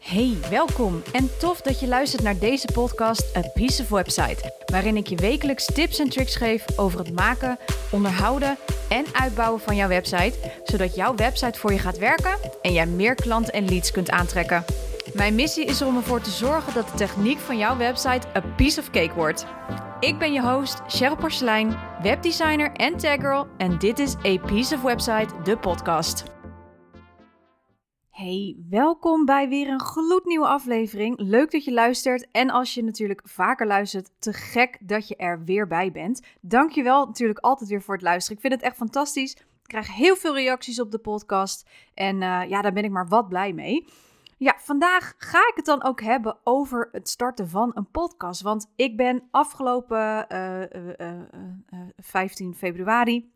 Hey, welkom en tof dat je luistert naar deze podcast A Piece of Website, waarin ik je wekelijks tips en tricks geef over het maken, onderhouden en uitbouwen van jouw website, zodat jouw website voor je gaat werken en jij meer klanten en leads kunt aantrekken. Mijn missie is er om ervoor te zorgen dat de techniek van jouw website a piece of cake wordt. Ik ben je host, Cheryl Porcelein, webdesigner en taggirl en dit is A Piece of Website, de podcast. Hey, welkom bij weer een gloednieuwe aflevering. Leuk dat je luistert en als je natuurlijk vaker luistert, te gek dat je er weer bij bent. Dankjewel natuurlijk altijd weer voor het luisteren. Ik vind het echt fantastisch. Ik krijg heel veel reacties op de podcast en daar ben ik maar wat blij mee. Ja, vandaag ga ik het dan ook hebben over het starten van een podcast. Want ik ben afgelopen 15 februari...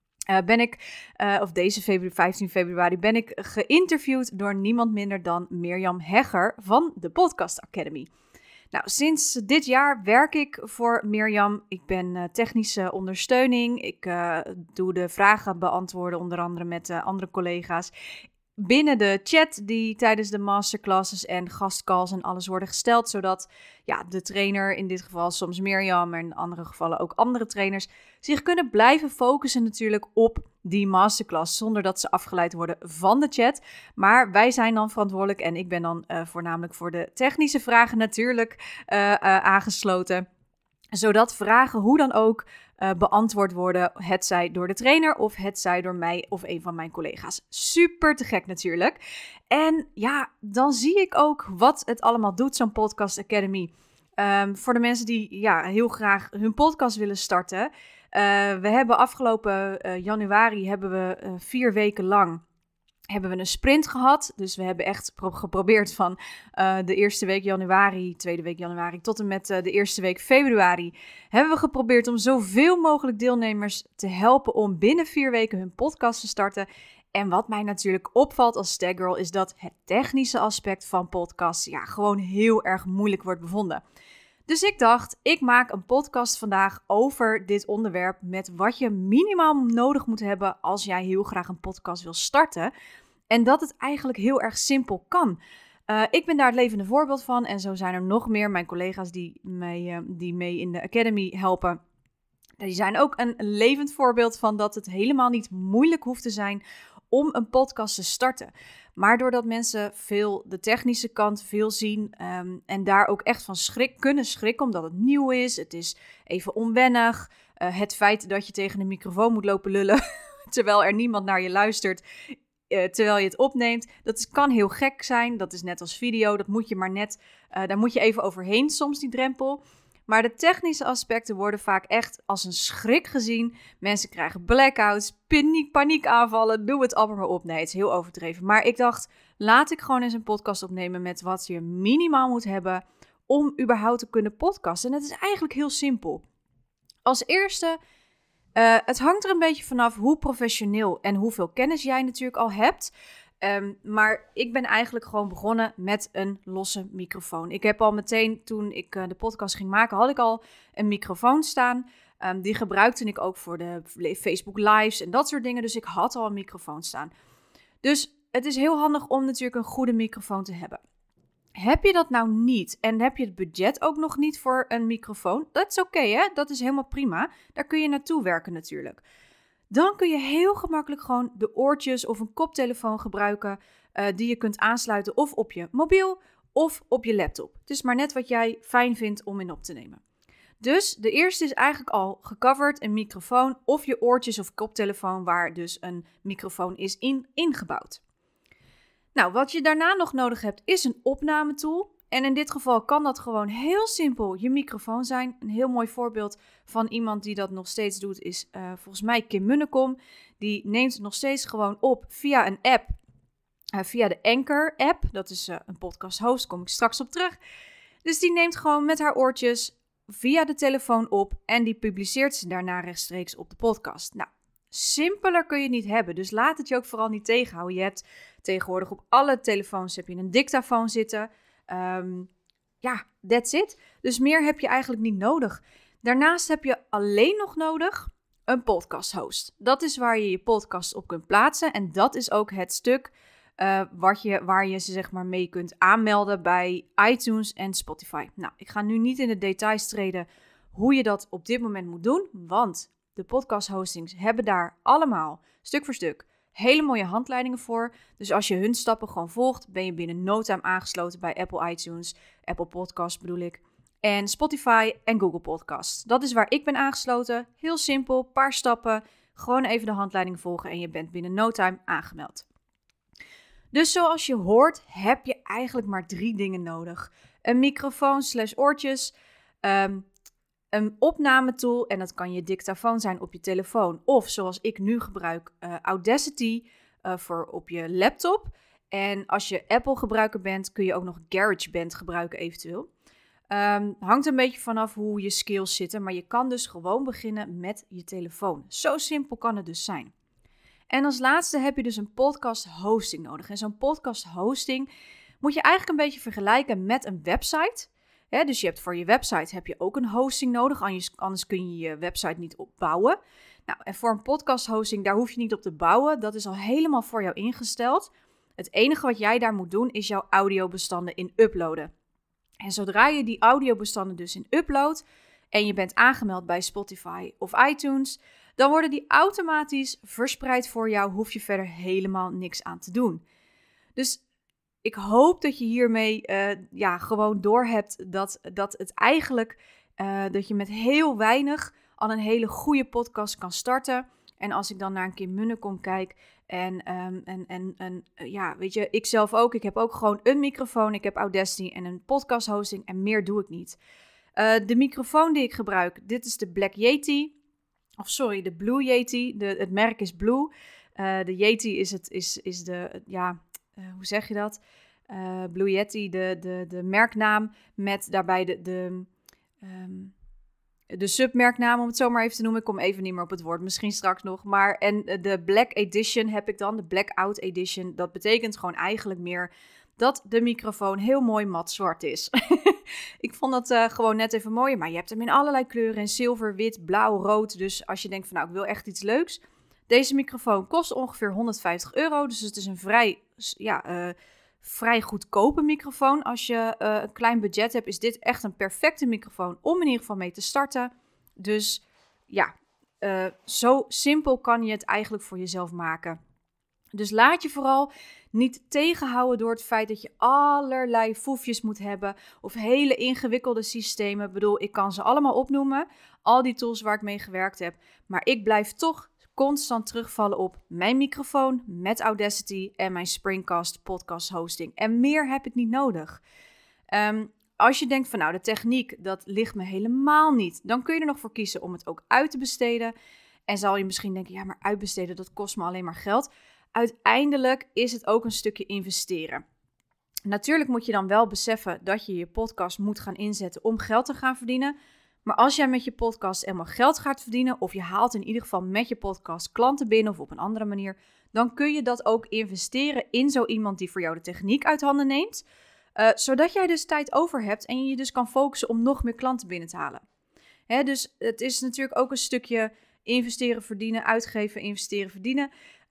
15 februari ben ik geïnterviewd door niemand minder dan Mirjam Hegger van de Podcast Academy. Nou, sinds dit jaar werk ik voor Mirjam. Ik ben technische ondersteuning. Ik doe de vragen beantwoorden, onder andere met andere collega's. Binnen de chat die tijdens de masterclasses en gastcalls en alles worden gesteld, zodat de trainer, in dit geval soms Mirjam, maar in andere gevallen ook andere trainers, zich kunnen blijven focussen natuurlijk op die masterclass, zonder dat ze afgeleid worden van de chat. Maar wij zijn dan verantwoordelijk en ik ben dan voornamelijk voor de technische vragen natuurlijk aangesloten, zodat vragen hoe dan ook beantwoord worden, hetzij door de trainer of hetzij door mij of een van mijn collega's. Super te gek natuurlijk. En ja, dan zie ik ook wat het allemaal doet, zo'n Podcast Academy. Voor de mensen die heel graag hun podcast willen starten. We hebben afgelopen januari 4 weken lang een sprint gehad. Dus we hebben echt geprobeerd van de eerste week januari, tweede week januari tot en met de eerste week februari. Hebben we geprobeerd om zoveel mogelijk deelnemers te helpen om binnen 4 weken hun podcast te starten. En wat mij natuurlijk opvalt als taggirl is dat het technische aspect van podcasts gewoon heel erg moeilijk wordt bevonden. Dus ik dacht, ik maak een podcast vandaag over dit onderwerp met wat je minimaal nodig moet hebben als jij heel graag een podcast wil starten. En dat het eigenlijk heel erg simpel kan. Ik ben daar het levende voorbeeld van en zo zijn er nog meer. Mijn collega's die mee in de Academy helpen, die zijn ook een levend voorbeeld van dat het helemaal niet moeilijk hoeft te zijn om een podcast te starten. Maar doordat mensen de technische kant veel zien en daar ook echt van kunnen schrikken, omdat het nieuw is. Het is even onwennig. Het feit dat je tegen een microfoon moet lopen lullen, terwijl er niemand naar je luistert, terwijl je het opneemt. Dat kan heel gek zijn. Dat is net als video. Dat moet je maar net, daar moet je even overheen soms, die drempel. Maar de technische aspecten worden vaak echt als een schrik gezien. Mensen krijgen blackouts, paniekaanvallen, doe het allemaal maar op. Nee, het is heel overdreven. Maar ik dacht, laat ik gewoon eens een podcast opnemen met wat je minimaal moet hebben om überhaupt te kunnen podcasten. En het is eigenlijk heel simpel. Als eerste, het hangt er een beetje vanaf hoe professioneel en hoeveel kennis jij natuurlijk al hebt. Maar ik ben eigenlijk gewoon begonnen met een losse microfoon. Ik heb al meteen, toen ik de podcast ging maken, had ik al een microfoon staan. Die gebruikte ik ook voor de Facebook lives en dat soort dingen. Dus ik had al een microfoon staan. Dus het is heel handig om natuurlijk een goede microfoon te hebben. Heb je dat nou niet en heb je het budget ook nog niet voor een microfoon? Dat is oké, hè? Dat is helemaal prima. Daar kun je naartoe werken natuurlijk. Dan kun je heel gemakkelijk gewoon de oortjes of een koptelefoon gebruiken die je kunt aansluiten of op je mobiel of op je laptop. Het is maar net wat jij fijn vindt om in op te nemen. Dus de eerste is eigenlijk al gecoverd, een microfoon of je oortjes of koptelefoon waar dus een microfoon is ingebouwd. Nou, wat je daarna nog nodig hebt is een opnametool. En in dit geval kan dat gewoon heel simpel je microfoon zijn. Een heel mooi voorbeeld van iemand die dat nog steeds doet is volgens mij Kim Munnekom. Die neemt het nog steeds gewoon op via een app, via de Anchor app. Dat is een podcast host, kom ik straks op terug. Dus die neemt gewoon met haar oortjes via de telefoon op en die publiceert ze daarna rechtstreeks op de podcast. Nou, simpeler kun je het niet hebben, dus laat het je ook vooral niet tegenhouden. Je hebt tegenwoordig op alle telefoons heb je een dictafoon zitten. That's it. Dus meer heb je eigenlijk niet nodig. Daarnaast heb je alleen nog nodig een podcast host. Dat is waar je je podcast op kunt plaatsen. En dat is ook het stuk waar je ze zeg maar mee kunt aanmelden bij iTunes en Spotify. Nou, ik ga nu niet in de details treden hoe je dat op dit moment moet doen, want de podcast hostings hebben daar allemaal stuk voor stuk hele mooie handleidingen voor. Dus als je hun stappen gewoon volgt, ben je binnen no time aangesloten bij Apple iTunes, Apple Podcasts bedoel ik, en Spotify en Google Podcasts. Dat is waar ik ben aangesloten. Heel simpel, paar stappen, gewoon even de handleiding volgen en je bent binnen no time aangemeld. Dus zoals je hoort, heb je eigenlijk maar 3 dingen nodig. Een microfoon / oortjes, een opnametool, en dat kan je dictafoon zijn op je telefoon. Of zoals ik nu gebruik, Audacity voor op je laptop. En als je Apple gebruiker bent, kun je ook nog GarageBand gebruiken eventueel. Hangt een beetje vanaf hoe je skills zitten, maar je kan dus gewoon beginnen met je telefoon. Zo simpel kan het dus zijn. En als laatste heb je dus een podcast hosting nodig. En zo'n podcast hosting moet je eigenlijk een beetje vergelijken met een website. Dus je hebt voor je website heb je ook een hosting nodig, anders kun je je website niet opbouwen. Nou, en voor een podcast hosting, daar hoef je niet op te bouwen. Dat is al helemaal voor jou ingesteld. Het enige wat jij daar moet doen, is jouw audiobestanden in uploaden. En zodra je die audiobestanden dus in uploadt en je bent aangemeld bij Spotify of iTunes, dan worden die automatisch verspreid voor jou, hoef je verder helemaal niks aan te doen. Dus ik hoop dat je hiermee gewoon doorhebt dat het eigenlijk, dat je met heel weinig al een hele goede podcast kan starten. En als ik dan naar een Kim Munnekom kijk weet je, ik zelf ook. Ik heb ook gewoon een microfoon, ik heb Audacity en een podcast hosting en meer doe ik niet. De microfoon die ik gebruik, dit is de Black Yeti. De Blue Yeti. Het merk is Blue. De Yeti is de, hoe zeg je dat? Blue Yeti, de merknaam met daarbij de submerknaam, om het zo maar even te noemen. Ik kom even niet meer op het woord, misschien straks nog. En de Black Edition heb ik dan, de Blackout Edition. Dat betekent gewoon eigenlijk meer dat de microfoon heel mooi mat zwart is. Ik vond dat gewoon net even mooi. Maar je hebt hem in allerlei kleuren, in zilver, wit, blauw, rood. Dus als je denkt van ik wil echt iets leuks. Deze microfoon kost ongeveer €150. Dus het is een vrij goedkope microfoon. Als je een klein budget hebt, is dit echt een perfecte microfoon om in ieder geval mee te starten. Dus zo simpel kan je het eigenlijk voor jezelf maken. Dus laat je vooral niet tegenhouden door het feit dat je allerlei foefjes moet hebben of hele ingewikkelde systemen. Ik bedoel, ik kan ze allemaal opnoemen, al die tools waar ik mee gewerkt heb. Maar ik blijf toch constant terugvallen op mijn microfoon met Audacity en mijn Springcast podcast hosting. En meer heb ik niet nodig. Als je denkt van de techniek, dat ligt me helemaal niet, dan kun je er nog voor kiezen om het ook uit te besteden. En zal je misschien denken, maar uitbesteden, dat kost me alleen maar geld. Uiteindelijk is het ook een stukje investeren. Natuurlijk moet je dan wel beseffen dat je je podcast moet gaan inzetten om geld te gaan verdienen. Maar als jij met je podcast eenmaal geld gaat verdienen, of je haalt in ieder geval met je podcast klanten binnen of op een andere manier, dan kun je dat ook investeren in zo iemand die voor jou de techniek uit handen neemt. Zodat jij dus tijd over hebt en je dus kan focussen om nog meer klanten binnen te halen. Dus het is natuurlijk ook een stukje investeren, verdienen, uitgeven, investeren, verdienen.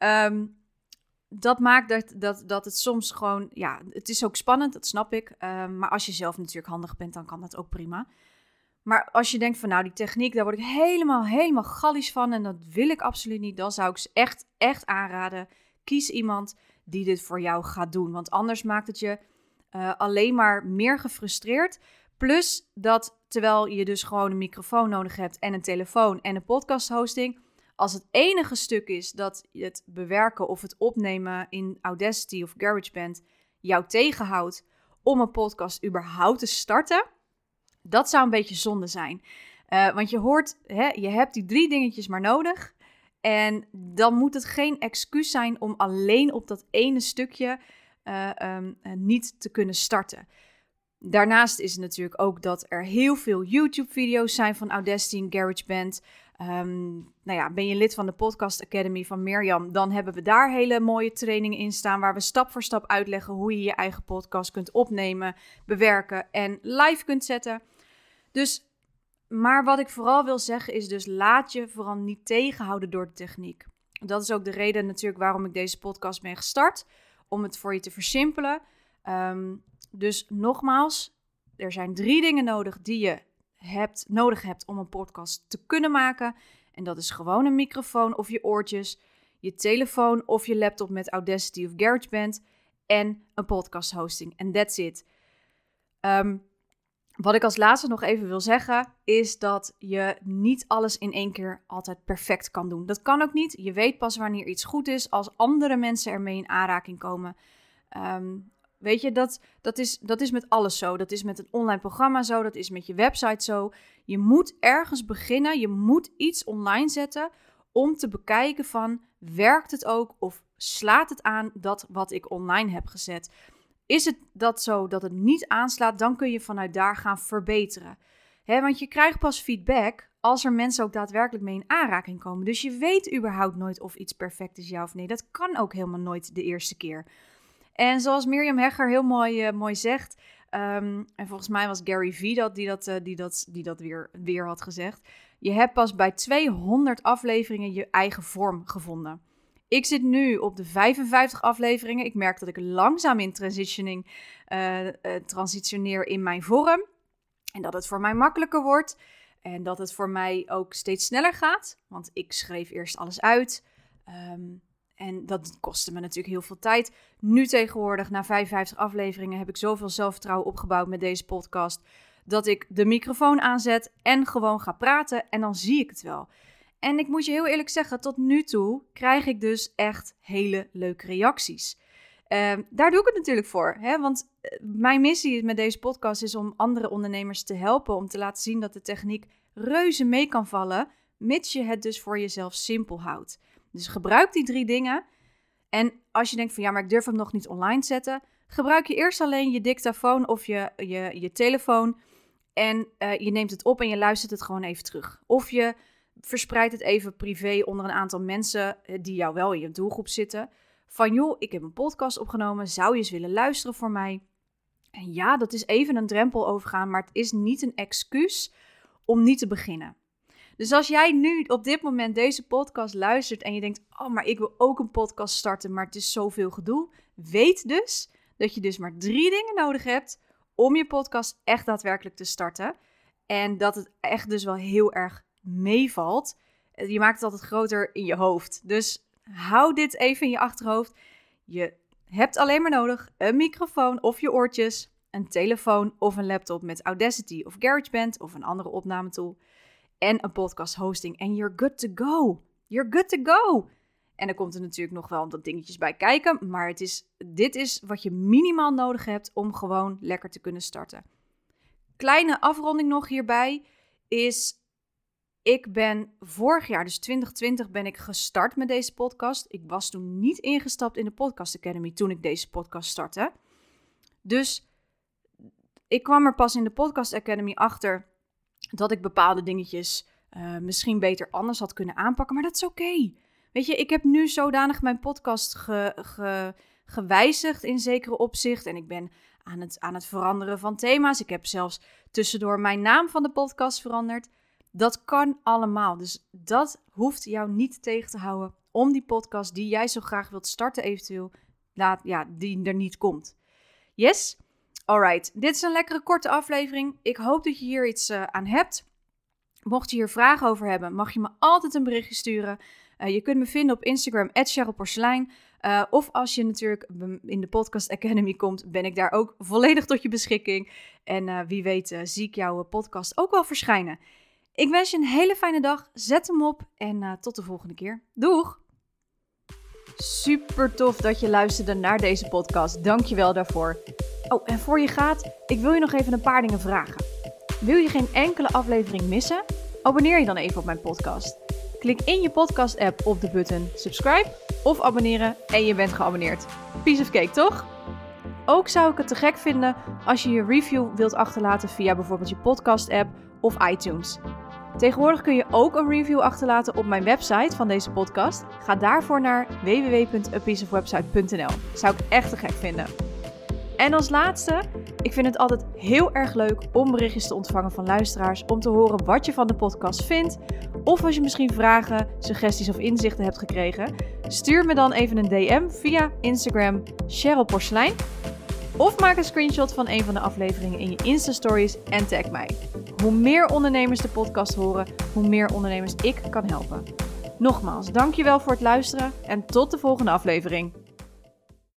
Dat maakt dat het soms gewoon, het is ook spannend, dat snap ik. Maar als je zelf natuurlijk handig bent, dan kan dat ook prima. Maar als je denkt van die techniek, daar word ik helemaal gallisch van en dat wil ik absoluut niet, dan zou ik ze echt aanraden. Kies iemand die dit voor jou gaat doen, want anders maakt het je alleen maar meer gefrustreerd. Plus dat terwijl je dus gewoon een microfoon nodig hebt en een telefoon en een podcast hosting, als het enige stuk is dat het bewerken of het opnemen in Audacity of GarageBand jou tegenhoudt om een podcast überhaupt te starten, dat zou een beetje zonde zijn. Want je hoort, je hebt die 3 dingetjes maar nodig. En dan moet het geen excuus zijn om alleen op dat ene stukje niet te kunnen starten. Daarnaast is het natuurlijk ook dat er heel veel YouTube-video's zijn van Audacity en GarageBand. Ben je lid van de Podcast Academy van Mirjam, dan hebben we daar hele mooie trainingen in staan waar we stap voor stap uitleggen hoe je je eigen podcast kunt opnemen, bewerken en live kunt zetten. Dus, maar wat ik vooral wil zeggen is dus laat je vooral niet tegenhouden door de techniek. Dat is ook de reden natuurlijk waarom ik deze podcast ben gestart. om het voor je te versimpelen. Dus nogmaals, er zijn 3 dingen nodig die je nodig hebt om een podcast te kunnen maken. En dat is gewoon een microfoon of je oortjes, je telefoon of je laptop met Audacity of GarageBand en een podcast hosting. En that's it. Wat ik als laatste nog even wil zeggen, is dat je niet alles in één keer altijd perfect kan doen. Dat kan ook niet. Je weet pas wanneer iets goed is als andere mensen ermee in aanraking komen. Weet je, dat is met alles zo. Dat is met een online programma zo, dat is met je website zo. Je moet ergens beginnen, je moet iets online zetten om te bekijken van, werkt het ook of slaat het aan dat wat ik online heb gezet? Is het dat zo dat het niet aanslaat, dan kun je vanuit daar gaan verbeteren. Want je krijgt pas feedback als er mensen ook daadwerkelijk mee in aanraking komen. Dus je weet überhaupt nooit of iets perfect is, ja of nee. Dat kan ook helemaal nooit de eerste keer. En zoals Mirjam Hegger heel mooi zegt, en volgens mij was Gary Vee die dat weer had gezegd. Je hebt pas bij 200 afleveringen je eigen vorm gevonden. Ik zit nu op de 55 afleveringen. Ik merk dat ik langzaam in transitioneer in mijn vorm. En dat het voor mij makkelijker wordt. En dat het voor mij ook steeds sneller gaat. Want ik schreef eerst alles uit. En dat kostte me natuurlijk heel veel tijd. Nu tegenwoordig, na 55 afleveringen, heb ik zoveel zelfvertrouwen opgebouwd met deze podcast, dat ik de microfoon aanzet en gewoon ga praten. En dan zie ik het wel. En ik moet je heel eerlijk zeggen, tot nu toe krijg ik dus echt hele leuke reacties. Daar doe ik het natuurlijk voor. Want mijn missie met deze podcast is om andere ondernemers te helpen. Om te laten zien dat de techniek reuze mee kan vallen, mits je het dus voor jezelf simpel houdt. Dus gebruik die 3 dingen. En als je denkt van ja, maar ik durf hem nog niet online zetten, gebruik je eerst alleen je dictafoon of je telefoon. En je neemt het op en je luistert het gewoon even terug. Of je verspreidt het even privé onder een aantal mensen die jou wel in je doelgroep zitten. Van joh, ik heb een podcast opgenomen, zou je eens willen luisteren voor mij? En ja, dat is even een drempel overgaan, maar het is niet een excuus om niet te beginnen. Dus als jij nu op dit moment deze podcast luistert en je denkt, oh, maar ik wil ook een podcast starten, maar het is zoveel gedoe. Weet dus dat je dus maar 3 dingen nodig hebt om je podcast echt daadwerkelijk te starten. En dat het echt dus wel heel erg meevalt. Je maakt het altijd groter in je hoofd. Dus hou dit even in je achterhoofd. Je hebt alleen maar nodig een microfoon of je oortjes, een telefoon of een laptop met Audacity of GarageBand of een andere opnametool en een podcast hosting. En you're good to go. You're good to go. En dan komt er natuurlijk nog wel wat dingetjes bij kijken, maar dit is wat je minimaal nodig hebt om gewoon lekker te kunnen starten. Kleine afronding nog hierbij is, ik ben vorig jaar, dus 2020, ben ik gestart met deze podcast. Ik was toen niet ingestapt in de Podcast Academy toen ik deze podcast startte. Dus ik kwam er pas in de Podcast Academy achter dat ik bepaalde dingetjes misschien beter anders had kunnen aanpakken. Maar dat is oké. Weet je, ik heb nu zodanig mijn podcast gewijzigd in zekere opzicht. En ik ben aan het veranderen van thema's. Ik heb zelfs tussendoor mijn naam van de podcast veranderd. Dat kan allemaal. Dus dat hoeft jou niet tegen te houden om die podcast die jij zo graag wilt starten eventueel, die er niet komt. Yes? Alright, dit is een lekkere korte aflevering. Ik hoop dat je hier iets aan hebt. Mocht je hier vragen over hebben, mag je me altijd een berichtje sturen. Je kunt me vinden op Instagram, @CherylPorcelein. Of als je natuurlijk in de Podcast Academy komt, ben ik daar ook volledig tot je beschikking. En wie weet zie ik jouw podcast ook wel verschijnen. Ik wens je een hele fijne dag. Zet hem op en tot de volgende keer. Doeg! Super tof dat je luisterde naar deze podcast. Dank je wel daarvoor. Oh, en voor je gaat, ik wil je nog even een paar dingen vragen. Wil je geen enkele aflevering missen? Abonneer je dan even op mijn podcast. Klik in je podcast-app op de button subscribe of abonneren en je bent geabonneerd. Piece of cake, toch? Ook zou ik het te gek vinden als je je review wilt achterlaten via bijvoorbeeld je podcast-app of iTunes. Tegenwoordig kun je ook een review achterlaten op mijn website van deze podcast. Ga daarvoor naar www.apieceofwebsite.nl. Zou ik echt te gek vinden. En als laatste, ik vind het altijd heel erg leuk om berichtjes te ontvangen van luisteraars, om te horen wat je van de podcast vindt. Of als je misschien vragen, suggesties of inzichten hebt gekregen, stuur me dan even een DM via Instagram Cheryl Porselein. Of maak een screenshot van een van de afleveringen in je Insta-stories en tag mij. Hoe meer ondernemers de podcast horen, hoe meer ondernemers ik kan helpen. Nogmaals, dankjewel voor het luisteren en tot de volgende aflevering.